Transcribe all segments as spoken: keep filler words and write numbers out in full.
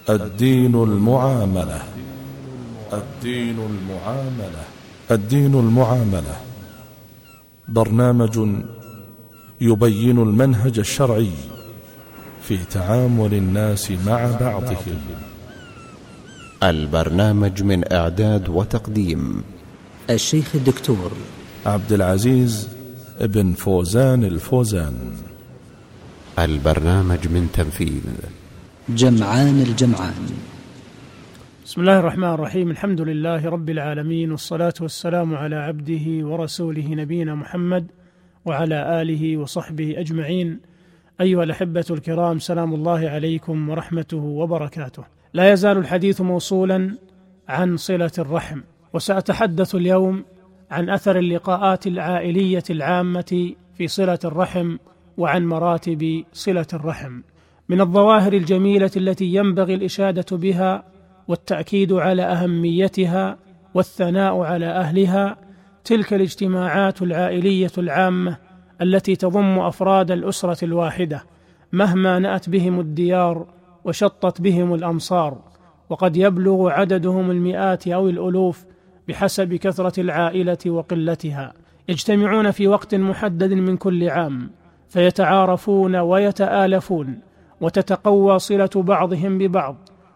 الدين المعاملة. الدين المعاملة. الدين المعاملة برنامج يبين المنهج الشرعي في تعامل الناس مع بعضهم. البرنامج من إعداد وتقديم الشيخ الدكتور عبد العزيز ابن فوزان الفوزان. البرنامج من تنفيذ جمعان الجمعان. بسم الله الرحمن الرحيم. الحمد لله رب العالمين، والصلاة والسلام على عبده ورسوله نبينا محمد وعلى آله وصحبه أجمعين. أيها الأحبة الكرام، سلام الله عليكم ورحمته وبركاته. لا يزال الحديث موصولا عن صلة الرحم، وسأتحدث اليوم عن أثر اللقاءات العائلية العامة في صلة الرحم وعن مراتب صلة الرحم. من الظواهر الجميلة التي ينبغي الإشادة بها والتأكيد على أهميتها والثناء على أهلها تلك الاجتماعات العائلية العامة التي تضم أفراد الأسرة الواحدة مهما نأت بهم الديار وشطت بهم الأمصار، وقد يبلغ عددهم المئات أو الألوف بحسب كثرة العائلة وقلتها. يجتمعون في وقت محدد من كل عام فيتعارفون ويتآلفون، وتتقوى صلة بعضهم ببعض،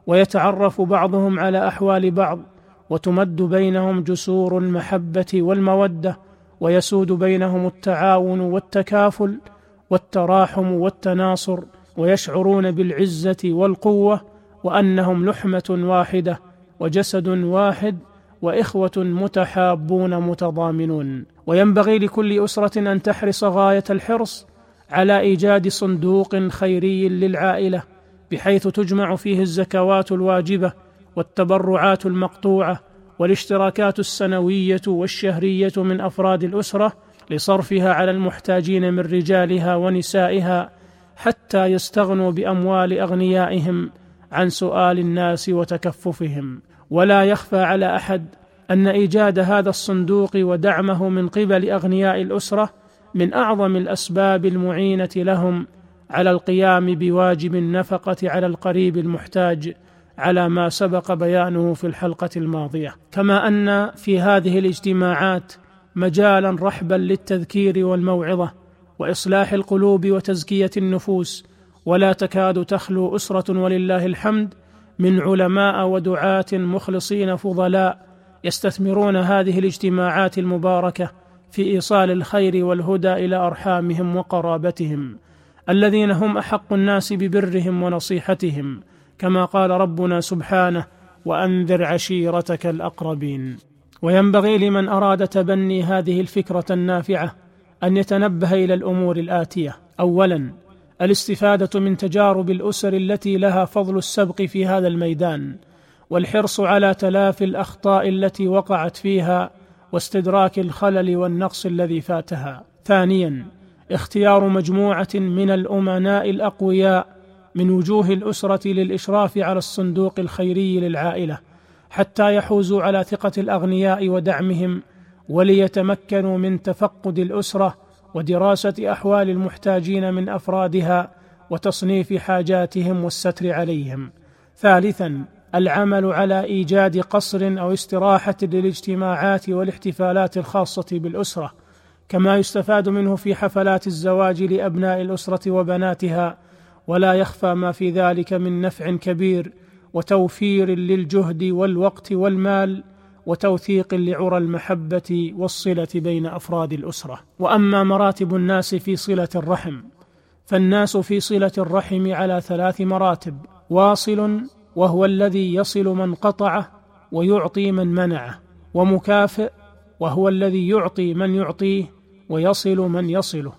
ويتعرف بعضهم على أحوال بعض، وتمد بينهم جسور المحبة والمودة، ويسود بينهم التعاون والتكافل والتراحم والتناصر، ويشعرون بالعزة والقوة وأنهم لحمة واحدة وجسد واحد وإخوة متحابون متضامنون. وينبغي لكل أسرة أن تحرص غاية الحرص على إيجاد صندوق خيري للعائلة بحيث تجمع فيه الزكوات الواجبة والتبرعات المقطوعة والاشتراكات السنوية والشهرية من أفراد الأسرة لصرفها على المحتاجين من رجالها ونسائها حتى يستغنوا بأموال أغنيائهم عن سؤال الناس وتكففهم. ولا يخفى على أحد أن إيجاد هذا الصندوق ودعمه من قبل أغنياء الأسرة من أعظم الأسباب المعينة لهم على القيام بواجب النفقة على القريب المحتاج على ما سبق بيانه في الحلقة الماضية. كما أن في هذه الاجتماعات مجالا رحبا للتذكير والموعظة وإصلاح القلوب وتزكية النفوس، ولا تكاد تخلو أسرة ولله الحمد من علماء ودعاة مخلصين فضلاء يستثمرون هذه الاجتماعات المباركة في إيصال الخير والهدى إلى أرحامهم وقرابتهم الذين هم أحق الناس ببرهم ونصيحتهم، كما قال ربنا سبحانه: وأنذر عشيرتك الأقربين. وينبغي لمن أراد تبني هذه الفكرة النافعة أن يتنبه إلى الأمور الآتية: أولا، الاستفادة من تجارب الأسر التي لها فضل السبق في هذا الميدان، والحرص على تلافي الأخطاء التي وقعت فيها واستدراك الخلل والنقص الذي فاتها. ثانيا، اختيار مجموعة من الأمناء الأقوياء من وجوه الأسرة للإشراف على الصندوق الخيري للعائلة حتى يحوزوا على ثقة الأغنياء ودعمهم، وليتمكنوا من تفقد الأسرة ودراسة أحوال المحتاجين من أفرادها وتصنيف حاجاتهم والستر عليهم. ثالثا، العمل على إيجاد قصر أو استراحة للاجتماعات والاحتفالات الخاصة بالأسرة، كما يستفاد منه في حفلات الزواج لأبناء الأسرة وبناتها، ولا يخفى ما في ذلك من نفع كبير وتوفير للجهد والوقت والمال وتوثيق لعرى المحبة والصلة بين أفراد الأسرة. وأما مراتب الناس في صلة الرحم، فالناس في صلة الرحم على ثلاث مراتب: واصل وهو الذي يصل من قطعه ويعطي من منعه، ومكافئ وهو الذي يعطي من يعطيه ويصل من يصله،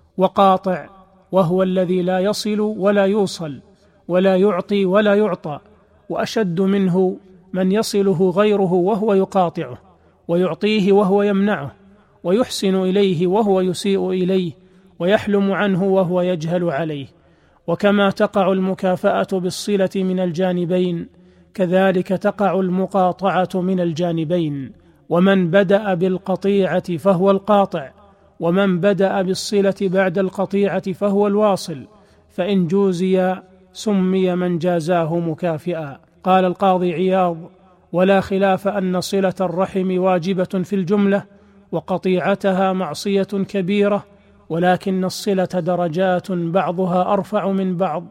وقاطع وهو الذي لا يصل ولا يوصل ولا يعطي ولا يعطى، وأشد منه من يصله غيره وهو يقاطعه ويعطيه وهو يمنعه ويحسن إليه وهو يسيء إليه ويحلم عنه وهو يجهل عليه. وكما تقع المكافأة بالصلة من الجانبين كذلك تقع المقاطعة من الجانبين، ومن بدأ بالقطيعة فهو القاطع، ومن بدأ بالصلة بعد القطيعة فهو الواصل، فإن جوزي سمي من جازاه مكافئا. قال القاضي عياض: ولا خلاف أن صلة الرحم واجبة في الجملة، وقطيعتها معصية كبيرة، ولكن الصلة درجات بعضها أرفع من بعض،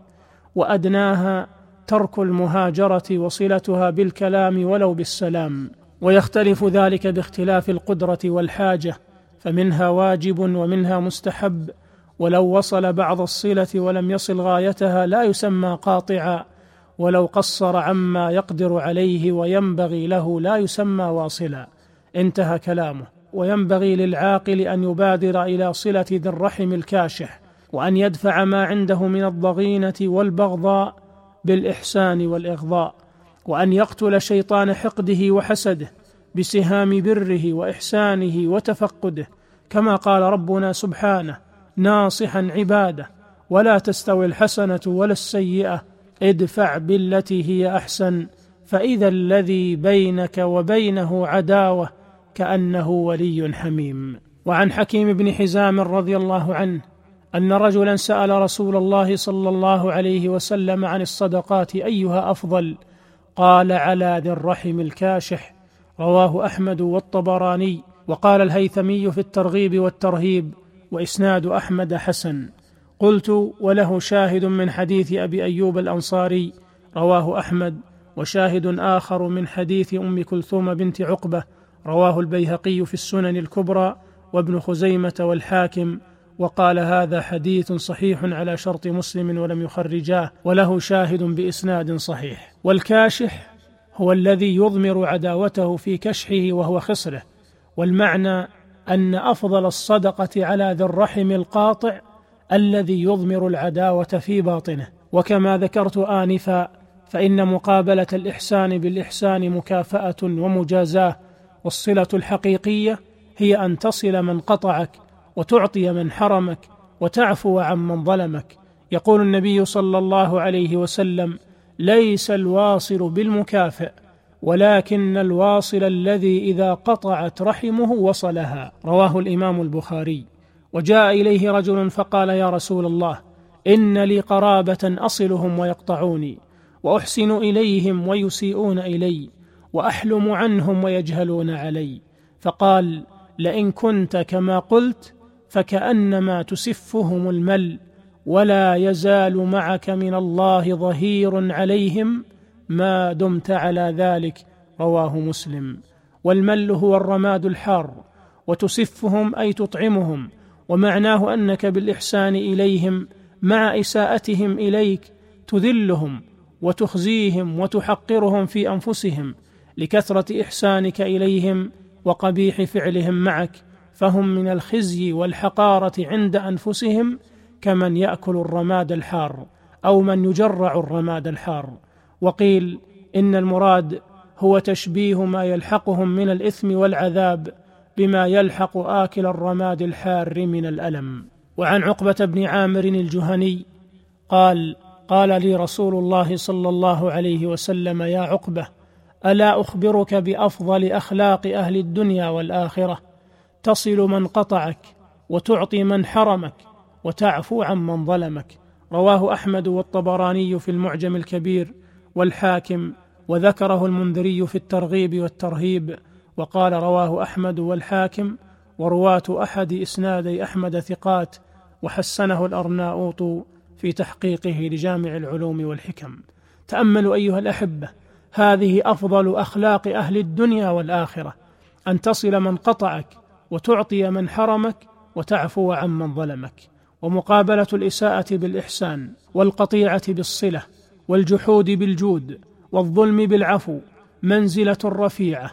وأدناها ترك المهاجرة وصلتها بالكلام ولو بالسلام، ويختلف ذلك باختلاف القدرة والحاجة، فمنها واجب ومنها مستحب، ولو وصل بعض الصلة ولم يصل غايتها لا يسمى قاطعا، ولو قصر عما يقدر عليه وينبغي له لا يسمى واصلا. انتهى كلامه. وينبغي للعاقل أن يبادر إلى صلة ذي الرحم الكاشح، وأن يدفع ما عنده من الضغينة والبغضاء بالإحسان والإغضاء، وأن يقتل شيطان حقده وحسده بسهام بره وإحسانه وتفقده، كما قال ربنا سبحانه ناصحا عباده: ولا تستوي الحسنة ولا السيئة ادفع بالتي هي أحسن فإذا الذي بينك وبينه عداوة كأنه ولي حميم. وعن حكيم بن حزام رضي الله عنه أن رجلا سأل رسول الله صلى الله عليه وسلم عن الصدقات أيها أفضل؟ قال: على ذي الرحم الكاشح. رواه أحمد والطبراني. وقال الهيثمي في الترغيب والترهيب: وإسناد أحمد حسن. قلت: وله شاهد من حديث أبي أيوب الأنصاري، رواه أحمد، وشاهد آخر من حديث أم كلثوم بنت عقبة، رواه البيهقي في السنن الكبرى وابن خزيمة والحاكم، وقال: هذا حديث صحيح على شرط مسلم ولم يخرجاه، وله شاهد بإسناد صحيح. والكاشح هو الذي يضمر عداوته في كشحه وهو خصره، والمعنى أن أفضل الصدقة على ذي الرحم القاطع الذي يضمر العداوة في باطنه. وكما ذكرت آنفا، فإن مقابلة الإحسان بالإحسان مكافأة ومجازاة، والصلة الحقيقية هي أن تصل من قطعك، وتعطي من حرمك، وتعفو عمن ظلمك. يقول النبي صلى الله عليه وسلم: ليس الواصل بالمكافئ، ولكن الواصل الذي إذا قطعت رحمه وصلها. رواه الإمام البخاري. وجاء إليه رجل فقال: يا رسول الله، إن لي قرابة أصلهم ويقطعوني، وأحسن إليهم ويسيئون إلي، وأحلم عنهم ويجهلون علي. فقال: لئن كنت كما قلت فكأنما تسفهم المل، ولا يزال معك من الله ظهير عليهم ما دمت على ذلك. رواه مسلم. والمل هو الرماد الحار، وتسفهم أي تطعمهم، ومعناه أنك بالإحسان إليهم مع إساءتهم إليك تذلهم وتخزيهم وتحقرهم في أنفسهم لكثرة إحسانك إليهم وقبيح فعلهم معك، فهم من الخزي والحقارة عند أنفسهم كمن يأكل الرماد الحار أو من يجرع الرماد الحار. وقيل إن المراد هو تشبيه ما يلحقهم من الإثم والعذاب بما يلحق آكل الرماد الحار من الألم. وعن عقبة بن عامر الجهني قال: قال لي رسول الله صلى الله عليه وسلم: يا عقبة، ألا أخبرك بأفضل أخلاق أهل الدنيا والآخرة؟ تصل من قطعك، وتعطي من حرمك، وتعفو عمن ظلمك. رواه أحمد والطبراني في المعجم الكبير والحاكم، وذكره المنذري في الترغيب والترهيب، وقال: رواه أحمد والحاكم ورواة أحد إسنادي أحمد ثقات، وحسنه الأرناؤوط في تحقيقه لجامع العلوم والحكم. تأملوا أيها الأحبة، هذه أفضل أخلاق أهل الدنيا والآخرة، أن تصل من قطعك، وتعطي من حرمك، وتعفو عمن ظلمك. ومقابلة الإساءة بالإحسان، والقطيعة بالصلة، والجحود بالجود، والظلم بالعفو منزلة رفيعة،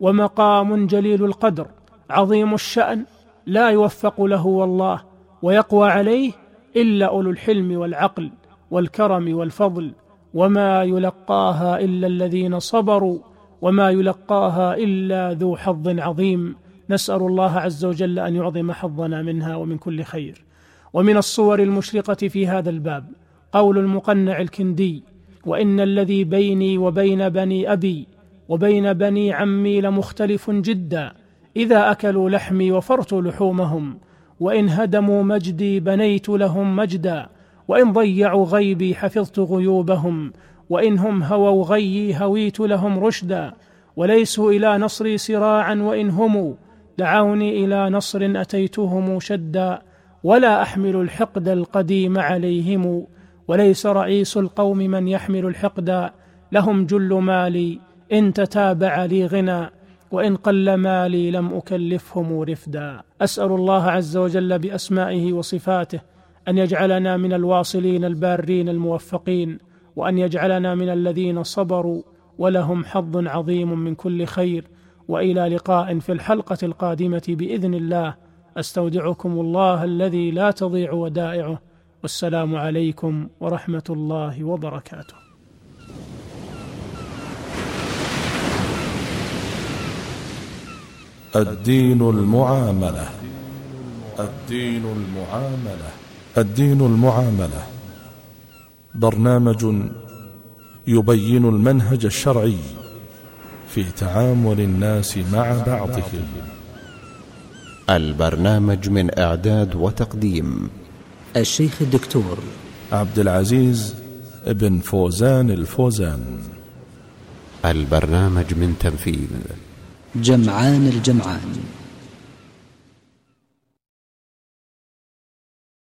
ومقام جليل القدر عظيم الشأن، لا يوفق له والله ويقوى عليه إلا أولو الحلم والعقل والكرم والفضل، وما يلقاها إلا الذين صبروا، وما يلقاها إلا ذو حظ عظيم. نسأل الله عز وجل أن يعظم حظنا منها ومن كل خير. ومن الصور المشرقة في هذا الباب قول المقنع الكندي: وإن الذي بيني وبين بني أبي وبين بني عمي لمختلف جدا، إذا أكلوا لحمي وفرت لحومهم، وإن هدموا مجدي بنيت لهم مجدا، وإن ضيعوا غيبي حفظت غيوبهم، وإن هم هووا غيي هويت لهم رشدا، وليسوا إلى نصري سراعا وإن هم دعوني إلى نصر أتيتهم شدا، ولا أحمل الحقد القديم عليهم، وليس رئيس القوم من يحمل الحقد، لهم جل مالي إن تتابع لي غنى، وإن قل مالي لم أكلفهم رفدا. أسأل الله عز وجل بأسمائه وصفاته أن يجعلنا من الواصلين البارين الموفقين، وأن يجعلنا من الذين صبروا ولهم حظ عظيم من كل خير. وإلى لقاء في الحلقة القادمة بإذن الله، أستودعكم الله الذي لا تضيع ودائعه، والسلام عليكم ورحمة الله وبركاته. الدين المعاملة. الدين المعاملة. الدين المعاملة برنامج يبين المنهج الشرعي في تعامل الناس مع بعضهم. البرنامج من إعداد وتقديم الشيخ الدكتور عبد العزيز ابن فوزان الفوزان. البرنامج من تنفيذ جمعان الجمعان.